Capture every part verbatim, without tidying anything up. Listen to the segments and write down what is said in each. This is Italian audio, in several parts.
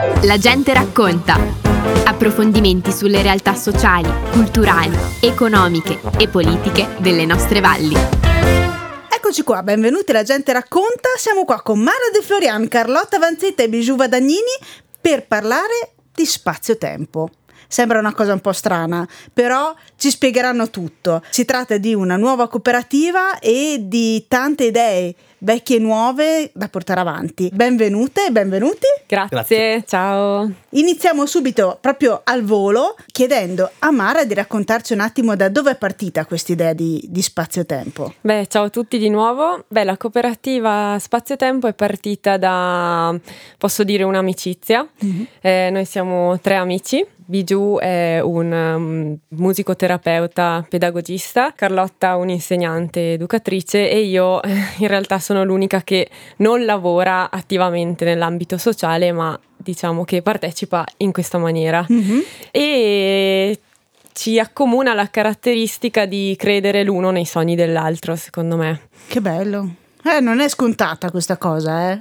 La gente racconta. Approfondimenti sulle realtà sociali, culturali, economiche e politiche delle nostre valli. Eccoci qua, benvenuti alla gente racconta. Siamo qua con Mara De Florian, Carlotta Vanzetta e Bijou Vadagnini per parlare di spazio-tempo. Sembra una cosa un po' strana, però ci spiegheranno tutto. Si tratta di una nuova cooperativa e di tante idee vecchie e nuove da portare avanti. Benvenute e benvenuti. Grazie, Grazie, ciao. Iniziamo subito proprio al volo chiedendo a Mara di raccontarci un attimo da dove è partita questa idea di, di spazio-tempo. Beh, ciao a tutti di nuovo. Beh, la cooperativa Spazio-Tempo è partita da, posso dire, un'amicizia. Mm-hmm. Eh, noi siamo tre amici. Bijou è un um, musicoterapeuta pedagogista, Carlotta un'insegnante educatrice e io in realtà sono l'unica che non lavora attivamente nell'ambito sociale, ma diciamo che partecipa in questa maniera. Mm-hmm. E ci accomuna la caratteristica di credere l'uno nei sogni dell'altro, secondo me. Che bello. Eh, non è scontata questa cosa, eh?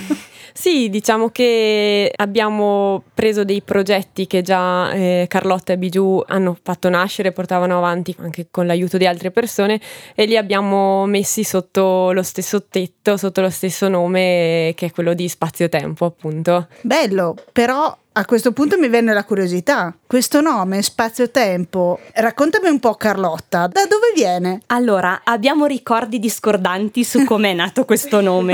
Sì, diciamo che abbiamo preso dei progetti che già eh, Carlotta e Bijou hanno fatto nascere, portavano avanti anche con l'aiuto di altre persone e li abbiamo messi sotto lo stesso tetto, sotto lo stesso nome che è quello di Spazio-Tempo, appunto. Bello, però a questo punto mi viene la curiosità. Questo nome, Spazio-Tempo, raccontami un po', Carlotta, da dove viene? Allora, abbiamo ricordi discordanti su come è nato questo nome.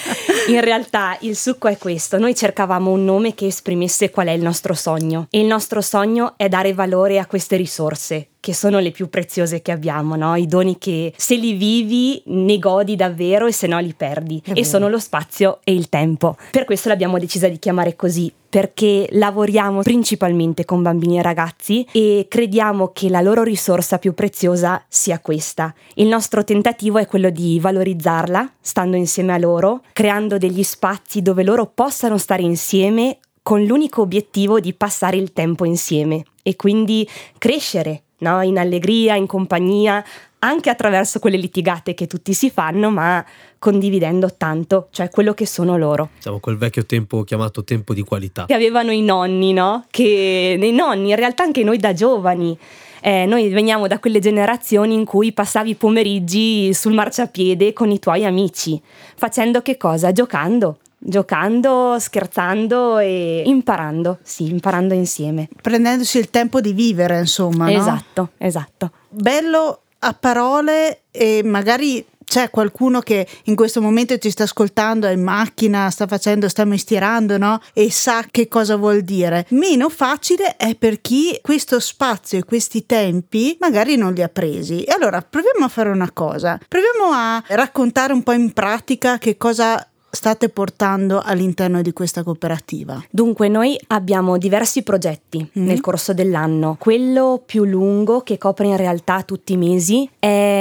In realtà il succo è questo: noi cercavamo un nome che esprimesse qual è il nostro sogno, e il nostro sogno è dare valore a queste risorse che sono le più preziose che abbiamo, no? I doni che se li vivi ne godi davvero e se no li perdi, e sono lo spazio e il tempo. Per questo l'abbiamo decisa di chiamare così, perché lavoriamo principalmente con bambini e ragazzi e crediamo che la loro risorsa più preziosa sia questa. Il nostro tentativo è quello di valorizzarla, stando insieme a loro, creando degli spazi dove loro possano stare insieme con l'unico obiettivo di passare il tempo insieme e quindi crescere, no? In allegria, in compagnia, anche attraverso quelle litigate che tutti si fanno, ma condividendo tanto, cioè quello che sono loro. Diciamo quel vecchio tempo chiamato tempo di qualità. Che avevano i nonni, no? Che nei nonni, in realtà anche noi da giovani, eh, noi veniamo da quelle generazioni in cui passavi i pomeriggi sul marciapiede con i tuoi amici, facendo che cosa? Giocando. Giocando, scherzando e imparando, sì, imparando insieme. Prendendosi il tempo di vivere, insomma, no? Esatto, esatto. Bello a parole, e magari c'è qualcuno che in questo momento ci sta ascoltando, è in macchina, sta facendo, sta mestierando, no? E sa che cosa vuol dire. Meno facile è per chi questo spazio e questi tempi magari non li ha presi. E allora proviamo a fare una cosa. Proviamo a raccontare un po' in pratica che cosa state portando all'interno di questa cooperativa. Dunque, noi abbiamo diversi progetti mm. nel corso dell'anno. Quello più lungo, che copre in realtà tutti i mesi,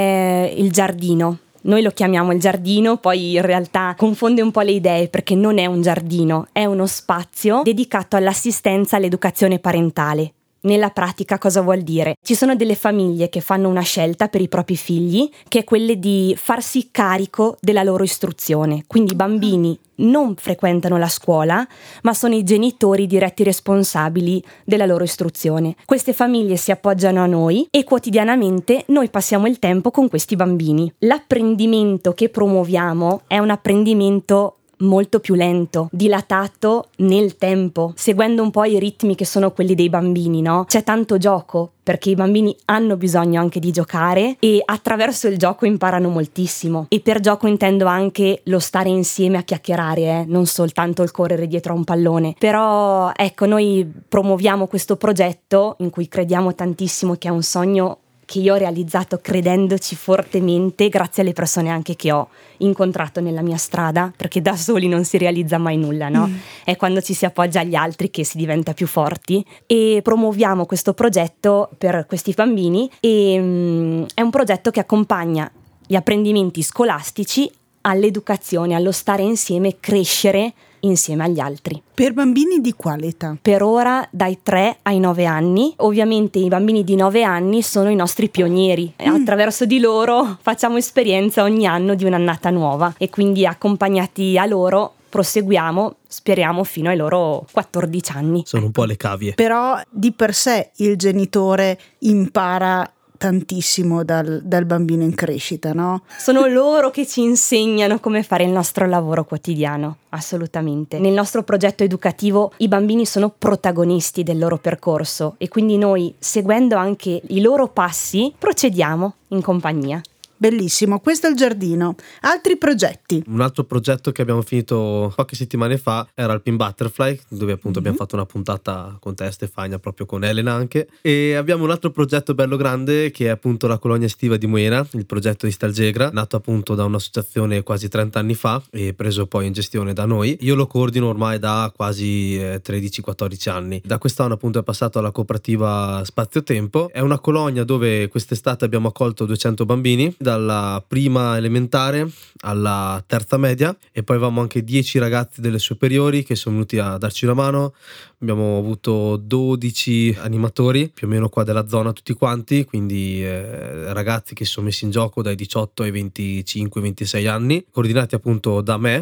è il giardino. Noi lo chiamiamo il giardino, poi in realtà confonde un po' le idee, perché non è un giardino, è uno spazio dedicato all'assistenza all'educazione parentale. Nella pratica cosa vuol dire? Ci sono delle famiglie che fanno una scelta per i propri figli, che è quelle di farsi carico della loro istruzione. Quindi i bambini non frequentano la scuola, ma sono i genitori diretti responsabili della loro istruzione. Queste famiglie si appoggiano a noi e quotidianamente noi passiamo il tempo con questi bambini. L'apprendimento che promuoviamo è un apprendimento molto più lento, dilatato nel tempo, seguendo un po' i ritmi che sono quelli dei bambini, no? C'è tanto gioco, perché i bambini hanno bisogno anche di giocare e attraverso il gioco imparano moltissimo. E per gioco intendo anche lo stare insieme a chiacchierare, eh? Non soltanto il correre dietro a un pallone. Però ecco, noi promuoviamo questo progetto in cui crediamo tantissimo, che è un sogno che io ho realizzato credendoci fortemente, grazie alle persone anche che ho incontrato nella mia strada, perché da soli non si realizza mai nulla, no? Mm. È quando ci si appoggia agli altri che si diventa più forti, e promuoviamo questo progetto per questi bambini e um, è un progetto che accompagna gli apprendimenti scolastici all'educazione, allo stare insieme, crescere insieme agli altri. Per bambini di quale età? Per ora dai tre ai nove anni. Ovviamente i bambini di nove anni sono i nostri pionieri. Mm. Attraverso di loro facciamo esperienza ogni anno di un'annata nuova, e quindi accompagnati a loro proseguiamo, speriamo, fino ai loro quattordici anni. Sono un po' le cavie. Però di per sé il genitore impara tantissimo dal, dal bambino in crescita, no? Sono loro che ci insegnano come fare il nostro lavoro quotidiano, assolutamente. Nel nostro progetto educativo i bambini sono protagonisti del loro percorso e quindi noi, seguendo anche i loro passi, procediamo in compagnia. Bellissimo, questo è il giardino. Altri progetti? Un altro progetto che abbiamo finito poche settimane fa era il Pin Butterfly, dove appunto Mm-hmm. abbiamo fatto una puntata con te, Stefania, proprio con Elena anche. E abbiamo un altro progetto bello grande che è appunto la colonia estiva di Moena, il progetto di Stalgegra, nato appunto da un'associazione quasi trenta anni fa e preso poi in gestione da noi. Io lo coordino ormai da quasi eh, tredici quattordici anni. Da quest'anno appunto è passato alla cooperativa Spazio Tempo. È una colonia dove quest'estate abbiamo accolto duecento bambini, dalla prima elementare alla terza media, e poi avevamo anche dieci ragazzi delle superiori che sono venuti a darci una mano. Abbiamo avuto dodici animatori più o meno qua della zona, tutti quanti, quindi eh, ragazzi che si sono messi in gioco dai diciotto ai venticinque ventisei anni, coordinati appunto da me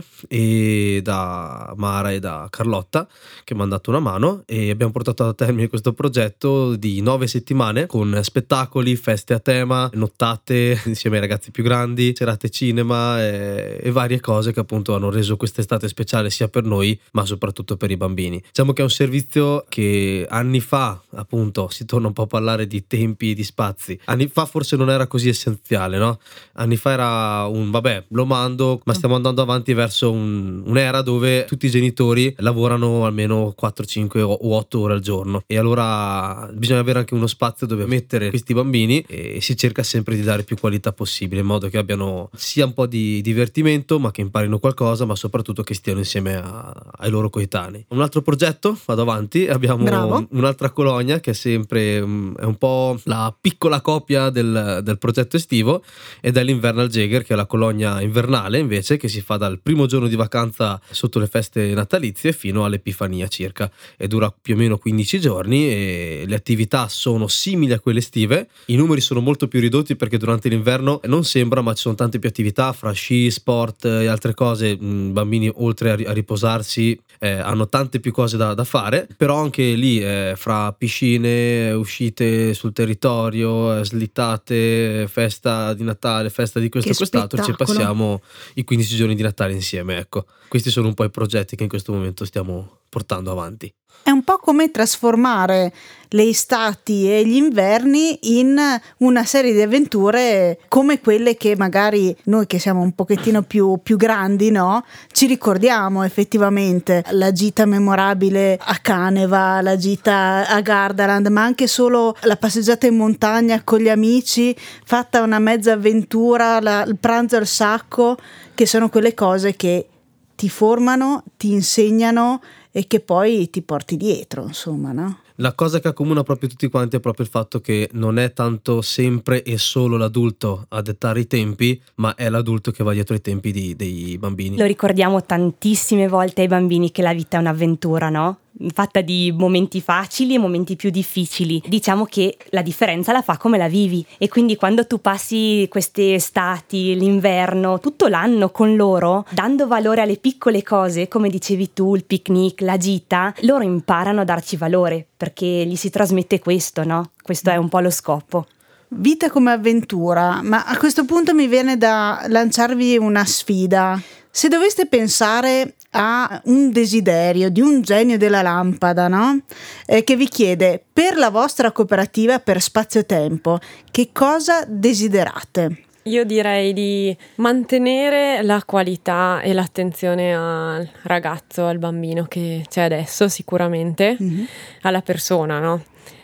e da Mara e da Carlotta, che mi hanno dato una mano, e abbiamo portato a termine questo progetto di nove settimane con spettacoli, feste a tema, nottate insieme ai ragazzi più grandi, serate cinema e, e varie cose che appunto hanno reso quest'estate speciale sia per noi ma soprattutto per i bambini. Diciamo che è un servizio che anni fa, appunto, si torna un po' a parlare di tempi e di spazi, anni fa forse non era così essenziale, no? Anni fa era un vabbè, lo mando, ma stiamo andando avanti verso un, un'era dove tutti i genitori lavorano almeno quattro, cinque o otto ore al giorno, e allora bisogna avere anche uno spazio dove mettere questi bambini, e si cerca sempre di dare più qualità possibile, in modo che abbiano sia un po' di divertimento, ma che imparino qualcosa, ma soprattutto che stiano insieme a, ai loro coetanei. Un altro progetto, vado avanti, abbiamo Bravo. un'altra colonia che è sempre um, è un po' la piccola copia del, del progetto estivo, ed è l'Invernal Jäger, che è la colonia invernale invece, che si fa dal primo giorno di vacanza sotto le feste natalizie fino all'Epifania circa, e dura più o meno quindici giorni, e le attività sono simili a quelle estive. I numeri sono molto più ridotti perché durante l'inverno non sembra, ma ci sono tante più attività fra sci, sport e altre cose. I bambini, oltre a riposarsi, eh, hanno tante più cose da, da fare, però anche lì eh, fra piscine, uscite sul territorio, eh, slittate, festa di Natale, festa di questo e Che quest'altro, ci spettacolo. passiamo i quindici giorni di Natale insieme. Ecco, questi sono un po' i progetti che in questo momento stiamo portando avanti. È un po' come trasformare le estati e gli inverni in una serie di avventure come quelle che magari noi, che siamo un pochettino più, più grandi, no? Ci ricordiamo effettivamente. La gita memorabile a Caneva, la gita a Gardaland, ma anche solo la passeggiata in montagna con gli amici, fatta una mezza avventura, la, il pranzo al sacco, che sono quelle cose che ti formano, ti insegnano e che poi ti porti dietro, insomma, no? La cosa che accomuna proprio tutti quanti è proprio il fatto che non è tanto sempre e solo l'adulto a dettare i tempi, ma è l'adulto che va dietro i tempi di, dei bambini. Lo ricordiamo tantissime volte ai bambini che la vita è un'avventura, no? Fatta di momenti facili e momenti più difficili. Diciamo che la differenza la fa come la vivi, e quindi quando tu passi queste estati, l'inverno, tutto l'anno con loro, dando valore alle piccole cose, come dicevi tu, il picnic, la gita, loro imparano a darci valore, perché gli si trasmette questo, no? Questo è un po' lo scopo. Vita come avventura, ma a questo punto mi viene da lanciarvi una sfida. Se doveste pensare a un desiderio di un genio della lampada, no? Eh, che vi chiede, per la vostra cooperativa, per Spazio Tempo, che cosa desiderate? Io direi di mantenere la qualità e l'attenzione al ragazzo, al bambino che c'è adesso sicuramente, mm-hmm. alla persona, no?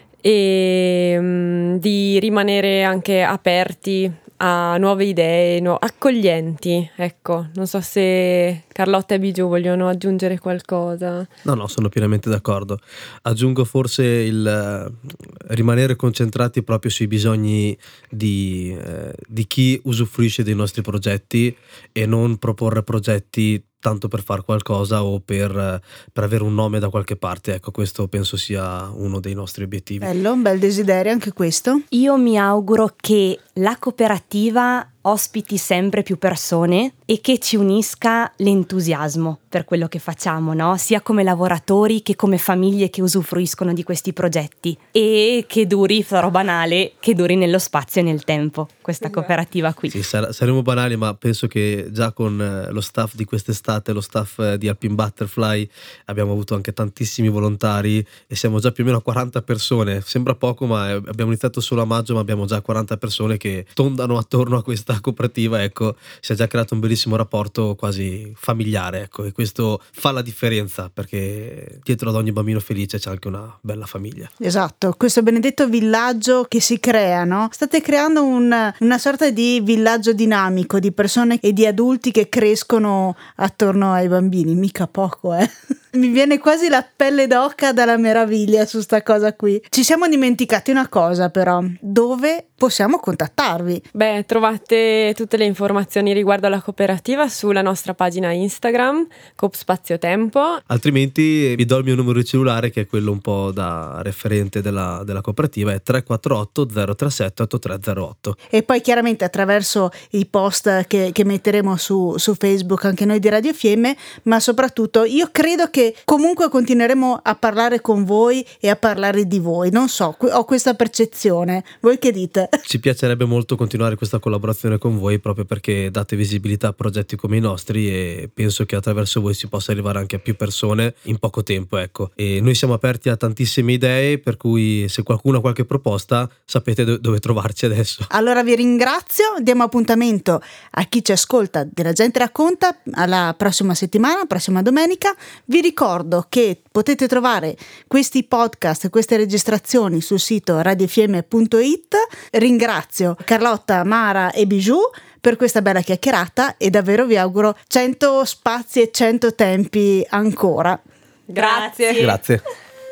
E um, di rimanere anche aperti a nuove idee, no, accoglienti, ecco. Non so se Carlotta e Bijou vogliono aggiungere qualcosa. No, no, sono pienamente d'accordo. Aggiungo forse il uh, rimanere concentrati proprio sui bisogni di, uh, di chi usufruisce dei nostri progetti, e non proporre progetti tanto per fare qualcosa o per, per avere un nome da qualche parte. Ecco, questo penso sia uno dei nostri obiettivi. Bello, un bel desiderio anche questo. Io mi auguro che la cooperativa ospiti sempre più persone e che ci unisca l'entusiasmo per quello che facciamo, no? Sia come lavoratori che come famiglie che usufruiscono di questi progetti, e che duri, sarò banale, che duri nello spazio e nel tempo questa cooperativa qui. Sì, sar- saremo banali, ma penso che già con lo staff di quest'estate, lo staff di Alpine Butterfly, abbiamo avuto anche tantissimi volontari e siamo già più o meno a quaranta persone. Sembra poco, ma abbiamo iniziato solo a maggio, ma abbiamo già quaranta persone che tondano attorno a questa cooperativa. Ecco, si è già creato un bellissimo rapporto quasi familiare, ecco, e questo fa la differenza, perché dietro ad ogni bambino felice c'è anche una bella famiglia. Esatto, questo benedetto villaggio che si crea, no? State creando un, una sorta di villaggio dinamico di persone e di adulti che crescono attorno ai bambini, mica poco, eh. Mi viene quasi la pelle d'oca dalla meraviglia su sta cosa qui. Ci siamo dimenticati una cosa però, dove possiamo contattarvi? Beh, trovate tutte le informazioni riguardo alla cooperativa sulla nostra pagina Instagram, Coop Spazio Tempo. Altrimenti vi do il mio numero di cellulare, che è quello un po' da referente della, della cooperativa, è tre quattro otto zero tre sette otto tre zero otto. E poi chiaramente attraverso i post che, che metteremo su, su Facebook anche noi di Radio Fiemme, ma soprattutto io credo che comunque continueremo a parlare con voi e a parlare di voi, non so, ho questa percezione, voi che dite? Ci piacerebbe molto continuare questa collaborazione con voi, proprio perché date visibilità a progetti come i nostri e penso che attraverso voi si possa arrivare anche a più persone in poco tempo, ecco. E noi siamo aperti a tantissime idee, per cui se qualcuno ha qualche proposta sapete do- dove trovarci adesso. Allora vi ringrazio, diamo appuntamento a chi ci ascolta della Gente Racconta alla prossima settimana, prossima domenica. Vi ricordo che potete trovare questi podcast, queste registrazioni sul sito radiofiemme punto it. Ringrazio Carlotta, Mara e Bijou per questa bella chiacchierata e davvero vi auguro cento spazi e cento tempi ancora. Grazie. Grazie.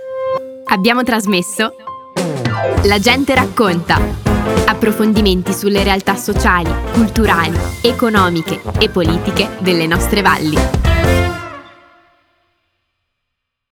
Abbiamo trasmesso La Gente Racconta. Approfondimenti sulle realtà sociali, culturali, economiche e politiche delle nostre valli.